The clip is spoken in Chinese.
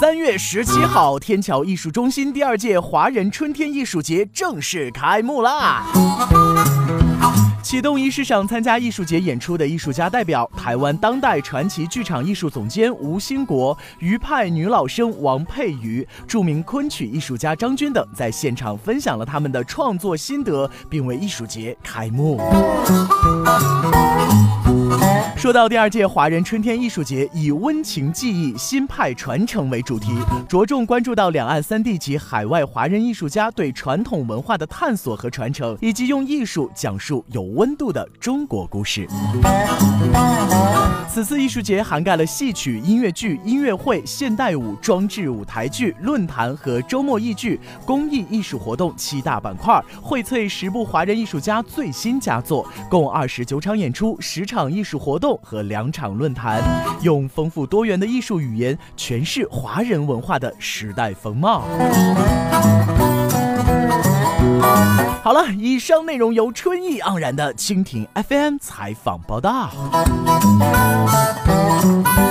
3月17号，天桥艺术中心第2届华人春天艺术节正式开幕啦！启动仪式上，参加艺术节演出的艺术家代表，台湾当代传奇剧场艺术总监吴兴国、余派女老生王佩瑜、著名昆曲艺术家张军等，在现场分享了他们的创作心得，并为艺术节开幕。说到第2届华人春天艺术节，以温情记忆、新派传承为主题，着重关注到两岸3地及海外华人艺术家对传统文化的探索和传承，以及用艺术讲述有温度的中国故事。此次艺术节涵盖了戏曲、音乐剧、音乐会、现代舞、装置舞台剧、论坛和周末艺剧、公益艺术活动7大板块，荟萃10部华人艺术家最新佳作，共29场演出、10场艺术活动和2场论坛，用丰富多元的艺术语言诠释华人文化的时代风貌。好了，以上内容由春意盎然的蜻蜓 FM 采访报道。